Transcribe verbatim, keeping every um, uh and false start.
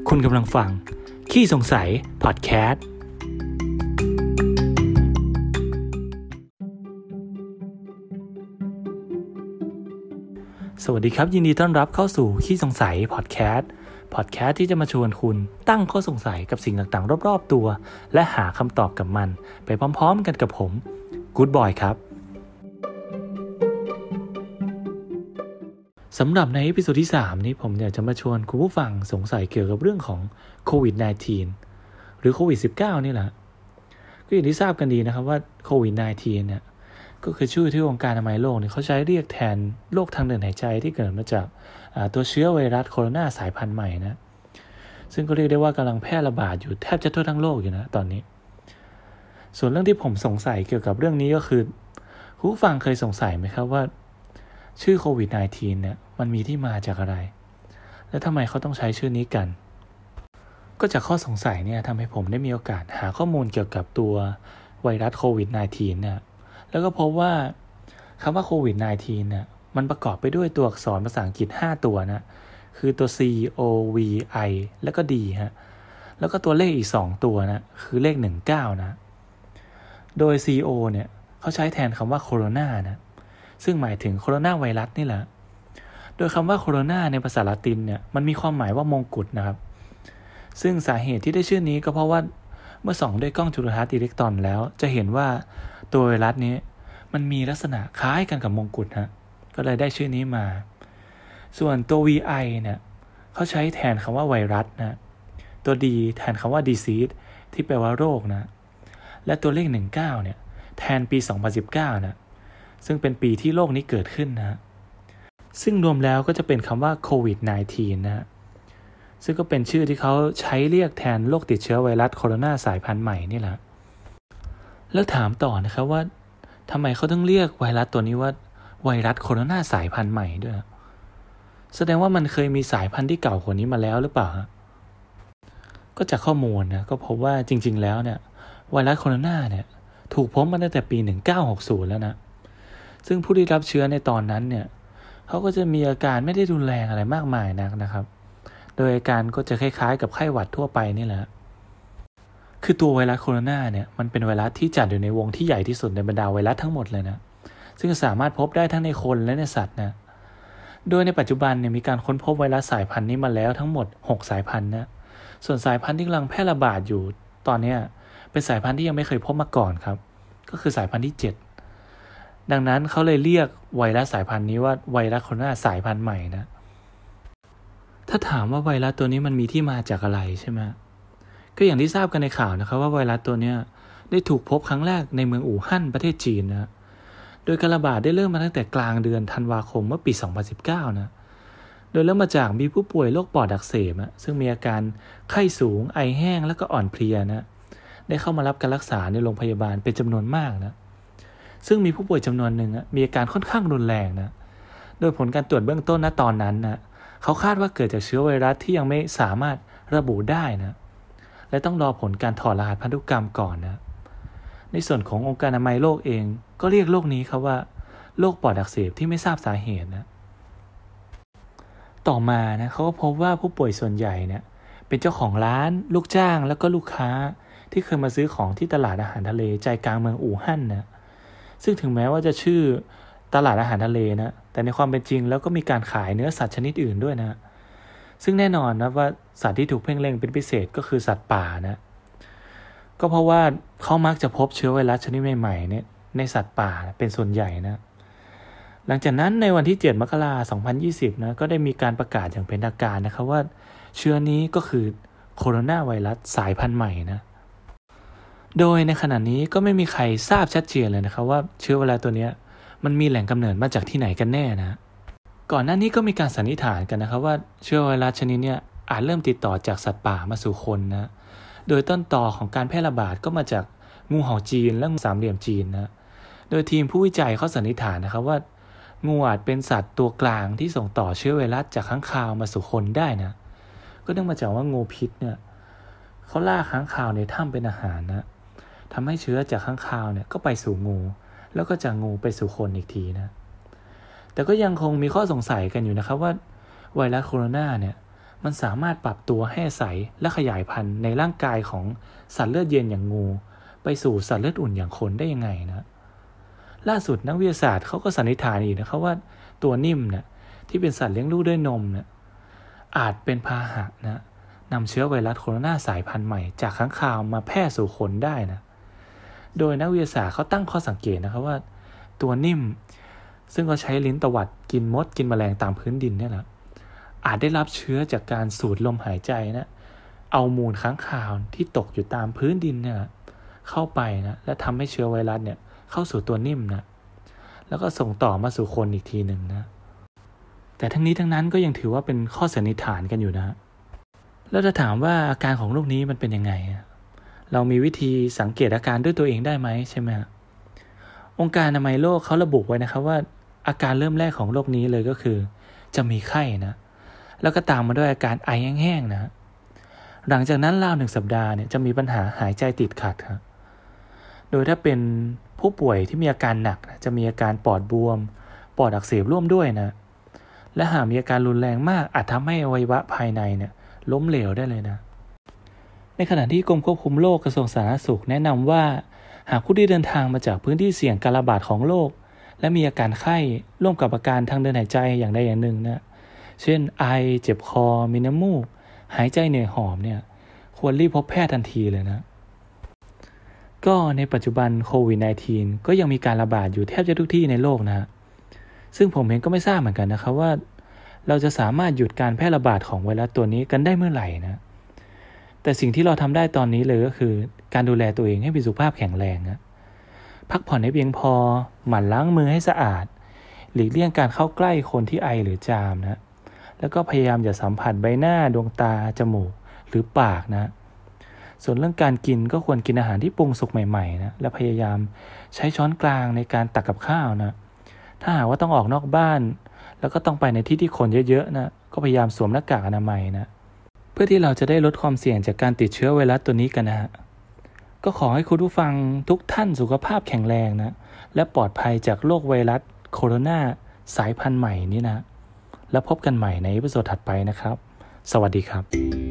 คุณกำลังฟังขี้สงสัยพอดแคสต์สวัสดีครับยินดีต้อนรับเข้าสู่ขี้สงสัยพอดแคสต์พอดแคสต์ที่จะมาชวนคุณตั้งข้อสงสัยกับสิ่งต่างๆรอบๆตัวและหาคำตอบกับมันไปพร้อมๆกันกับผมกู๊ดบอยครับสำหรับในเอพิโซดที่สามนี้ผมอยากจะมาชวนคุณผู้ฟังสงสัยเกี่ยวกับเรื่องของโควิด สิบเก้า หรือโควิด สิบเก้า นี่แหละก็อย่างที่ทราบกันดีนะครับว่าโควิด สิบเก้า เนี่ยก็คือชื่อที่องค์การอนามัยโลกเนี่ยเขาใช้เรียกแทนโรคทางเดินหายใจที่เกิดมาจากตัวเชื้อไวรัสโคโรนาสายพันธุ์ใหม่นะซึ่งก็เรียกได้ว่ากำลังแพร่ระบาดอยู่แทบจะทั่วทั้งโลกอยู่นะตอนนี้ส่วนเรื่องที่ผมสงสัยเกี่ยวกับเรื่องนี้ก็คือคุณผู้ฟังเคยสงสัยไหมครับว่าชื่อโควิด สิบเก้า เนี่ยมันมีที่มาจากอะไรและทำไมเขาต้องใช้ชื่อนี้กันก็จากข้อสงสัยเนี่ยทำให้ผมได้มีโอกาสหาข้อมูลเกี่ยวกับตัวไวรัสโควิด สิบเก้า เนี่ยแล้วก็พบว่าคำว่าโควิด สิบเก้า เนี่ยมันประกอบไปด้วยตัวอักษรภาษาอังกฤษห้าตัวนะคือตัว C O V I แล้วก็ D ฮะแล้วก็ตัวเลขอีกสองตัวนะคือเลขหนึ่งเก้านะโดย C O เนี่ยเขาใช้แทนคำว่าโคโรนานะซึ่งหมายถึงโคโรนาไวรัสนี่แหละโดยคำว่าโคโรนาในภาษาละตินเนี่ยมันมีความหมายว่ามงกุฎนะครับซึ่งสาเหตุที่ได้ชื่อนี้ก็เพราะว่าเมื่อส่องด้วยกล้องจุลทรรศน์อิเล็กตรอนแล้วจะเห็นว่าตัวไวรัสนี้มันมีลักษณะคล้ายกันกับมงกุฎฮะก็เลยได้ชื่อนี้มาส่วนตัว วี ไอ เนี่ยเขาใช้แทนคำว่าไวรัสนะตัว D แทนคำว่า disease ที่แปลว่าโรคนะและตัวเลขหนึ่งเก้าเนี่ยแทนปีสองพันสิบเก้านะซึ่งเป็นปีที่โรคนี้เกิดขึ้นนะซึ่งรวมแล้วก็จะเป็นคำว่าโควิด สิบเก้า นะซึ่งก็เป็นชื่อที่เขาใช้เรียกแทนโรคติดเชื้อไวรัสโคโรนาสายพันธุ์ใหม่นี่แหละแล้วถามต่อนะครับว่าทำไมเขาต้องเรียกไวรัสตัวนี้ว่าไวรัสโคโรนาสายพันธุ์ใหม่ด้วยนะแสดงว่ามันเคยมีสายพันธุ์ที่เก่ากว่านี้มาแล้วหรือเปล่าฮะก็จากข้อมูลนะก็พบว่าจริงๆแล้วเนี่ยไวรัสโคโรนาเนี่ยถูกพบมาตั้งแต่ปีหนึ่งเก้าหกศูนย์แล้วนะซึ่งผู้ที่รับเชื้อในตอนนั้นเนี่ยเขาก็จะมีอาการไม่ได้รุนแรงอะไรมากมายนักนะครับโดยอาการก็จะคล้ายๆกับไข้หวัดทั่วไปนี่แหละคือตัวไวรัสโคโรนาเนี่ยมันเป็นไวรัสที่จัดอยู่ในวงที่ใหญ่ที่สุดในบรรดาไวรัสทั้งหมดเลยนะซึ่งสามารถพบได้ทั้งในคนและในสัตว์นะโดยในปัจจุบันเนี่ยมีการค้นพบไวรัสสายพันธุ์นี้มาแล้วทั้งหมดหกสายพันธุ์นะส่วนสายพันธุ์ที่กำลังแพร่ระบาดอยู่ตอนนี้เป็นสายพันธุ์ที่ยังไม่เคยพบมาก่อนครับก็คือสายพันธุ์ที่เจ็ดดังนั้นเขาเลยเรียกไวรัสสายพันธุ์นี้ว่าไวรัสโคโรนาสายพันธุ์ใหม่นะถ้าถามว่าไวรัสตัวนี้มันมีที่มาจากอะไรใช่ไหมก็อย่างที่ทราบกันในข่าวนะครับว่าไวรัสตัวนี้ได้ถูกพบครั้งแรกในเมืองอู่ฮั่นประเทศจีนนะโดยการระบาดได้เริ่มมาตั้งแต่กลางเดือนธันวาคมเมื่อปีสองพันสิบเก้านะโดยเริ่มมาจากมีผู้ป่วยโรคปอดอักเสบนะซึ่งมีอาการไข้สูงไอแห้งและก็อ่อนเพลียนะได้เข้ามารับการรักษาในโรงพยาบาลเป็นจำนวนมากนะซึ่งมีผู้ป่วยจำนวนหนึ่งมีอาการค่อนข้างรุนแรงนะโดยผลการตรวจเบื้องต้นณตอนนั้นนะเขาคาดว่าเกิดจากเชื้อไวรัสที่ยังไม่สามารถระบุได้นะและต้องรอผลการถอดรหัสพันธุกรรมก่อนนะในส่วนขององค์การอนามัยโลกเองก็เรียกโรคนี้ครับว่าโรคปอดอักเสบที่ไม่ทราบสาเหตุนะต่อมานะเขาก็พบว่าผู้ป่วยส่วนใหญ่เนี่ยเป็นเจ้าของร้านลูกจ้างแล้วก็ลูกค้าที่เคยมาซื้อของที่ตลาดอาหารทะเลใจกลางเมืองอู่ฮั่นนะซึ่งถึงแม้ว่าจะชื่อตลาดอาหารทะเลนะแต่ในความเป็นจริงแล้วก็มีการขายเนื้อสัตว์ชนิดอื่นด้วยนะซึ่งแน่นอนนะว่าสัตว์ที่ถูกเพ่งเล็งเป็นพิเศษก็คือสัตว์ป่านะก็เพราะว่าเขามักจะพบเชื้อไวรัสชนิดใหม่ๆเนี่ยในสัตว์ป่าเป็นส่วนใหญ่นะหลังจากนั้นในวันที่เจ็ดมกราคมสองพันยี่สิบนะก็ได้มีการประกาศอย่างเป็นทางการนะครับว่าเชื้อนี้ก็คือโคโรนาไวรัสสายพันธุ์ใหม่นะโดยในขณะนี้ก็ไม่มีใครทราบชัดเจนเลยนะครับว่าเชื้อไวรัสตัวนี้มันมีแหล่งกำเนิดมาจากที่ไหนกันแน่นะก่อนหน้านี้ก็มีการสันนิษฐานกันนะครับว่าเชื้อไวรัสชนิดนี้อาจเริ่มติดต่อจากสัตว์ป่ามาสู่คนนะโดยต้นตอของการแพร่ระบาดก็มาจากงูเห่าจีนและงูสามเหลี่ยมจีนนะโดยทีมผู้วิจัยเขาสันนิษฐานนะครับว่างูอาจเป็นสัตว์ตัวกลางที่ส่งต่อเชื้อไวรัสจากค้างคาวมาสู่คนได้นะก็เนื่องมาจากว่างูพิษเนี่ยเขาล่าค้างคาวในถ้ำเป็นอาหารนะทำให้เชื้อจากค้างคาวเนี่ยก็ไปสู่งูแล้วก็จากงูไปสู่คนอีกทีนะแต่ก็ยังคงมีข้อสงสัยกันอยู่นะครับว่าไวรัสโคโรนาเนี่ยมันสามารถปรับตัวให้อาศัยและขยายพันธุ์ในร่างกายของสัตว์เลือดเย็นอย่างงูไปสู่สัตว์เลือดอุ่นอย่างคนได้ยังไงนะล่าสุดนักวิทยาศาสตร์เขาก็สันนิษฐานอีกนะครับว่าตัวนิ่มเนี่ยที่เป็นสัตว์เลี้ยงลูกด้วยนมเนี่ยอาจเป็นพาหะนะนำเชื้อไวรัสโคโรนาสายพันธุ์ใหม่จากค้างคาวมาแพร่สู่คนได้นะโดยนักวิทยาศาสตร์เขาตั้งข้อสังเกตนะครับว่าตัวนิ่มซึ่งเขาใช้ลิ้นตวัดกินมดกินแมลงตามพื้นดินเนี่ยแหละอาจได้รับเชื้อจากการสูดลมหายใจนะเอามูลค้างคาวที่ตกอยู่ตามพื้นดินเนี่ยเข้าไปนะและทำให้เชื้อไวรัสเนี่ยเข้าสู่ตัวนิ่มนะแล้วก็ส่งต่อมาสู่คนอีกทีหนึ่งนะแต่ทั้งนี้ทั้งนั้นก็ยังถือว่าเป็นข้อสันนิษฐานกันอยู่นะแล้วจะถามว่าอาการของโรคนี้มันเป็นยังไงเรามีวิธีสังเกตอาการด้วยตัวเองได้ไหมใช่ไหมองค์การอนามัยโลกเขาระบุไว้นะครับว่าอาการเริ่มแรกของโรคนี้เลยก็คือจะมีไข้นะแล้วก็ตามมาด้วยอาการไอแห้งๆนะหลังจากนั้นราวหนึ่งสัปดาห์เนี่ยจะมีปัญหาหายใจติดขัดครับโดยถ้าเป็นผู้ป่วยที่มีอาการหนักจะมีอาการปอดบวมปอดอักเสบร่วมด้วยนะและหากมีอาการรุนแรงมากอาจทำให้อวัยวะภายในเนี่ยล้มเหลวได้เลยนะในขณะที่กรมควบคุมโรคกระทรวงสาธารณสุขแนะนำว่าหากผู้ที่เดินทางมาจากพื้นที่เสี่ยงการระบาดของโรคและมีอาการไข้ร่วมกับอาการทางเดินหายใจอย่างใดอย่างหนึ่งนะเช่นไอเจ็บคอมีน้ำมูกหายใจเหนื่อยหอบเนี่ยควรรีบพบแพทย์ทันทีเลยนะก็ในปัจจุบันโควิด สิบเก้า ก็ยังมีการระบาดอยู่แทบจะทุกที่ในโลกนะซึ่งผมเองก็ไม่ทราบเหมือนกันนะครับว่าเราจะสามารถหยุดการแพร่ระบาดของไวรัสตัวนี้กันได้เมื่อไหร่นะแต่สิ่งที่เราทำได้ตอนนี้เลยก็คือการดูแลตัวเองให้มีสุขภาพแข็งแรงนะพักผ่อนให้เพียงพอหมั่นล้างมือให้สะอาดหลีกเลี่ยงการเข้าใกล้คนที่ไอหรือจามนะแล้วก็พยายามอย่าสัมผัสใบหน้าดวงตาจมูกหรือปากนะส่วนเรื่องการกินก็ควรกินอาหารที่ปรุงสุกใหม่ๆนะและพยายามใช้ช้อนกลางในการตักกับข้าวนะถ้าหากว่าต้องออกนอกบ้านแล้วก็ต้องไปในที่ที่คนเยอะๆนะก็พยายามสวมหน้ากากอนามัยนะเพื่อที่เราจะได้ลดความเสี่ยงจากการติดเชื้อไวรัสตัวนี้กันนะฮะก็ขอให้คุณผู้ฟังทุกท่านสุขภาพแข็งแรงนะและปลอดภัยจากโรคไวรัสโคโรนาสายพันธุ์ใหม่นี้นะแล้วพบกันใหม่ในเอพิโซดถัดไปนะครับสวัสดีครับ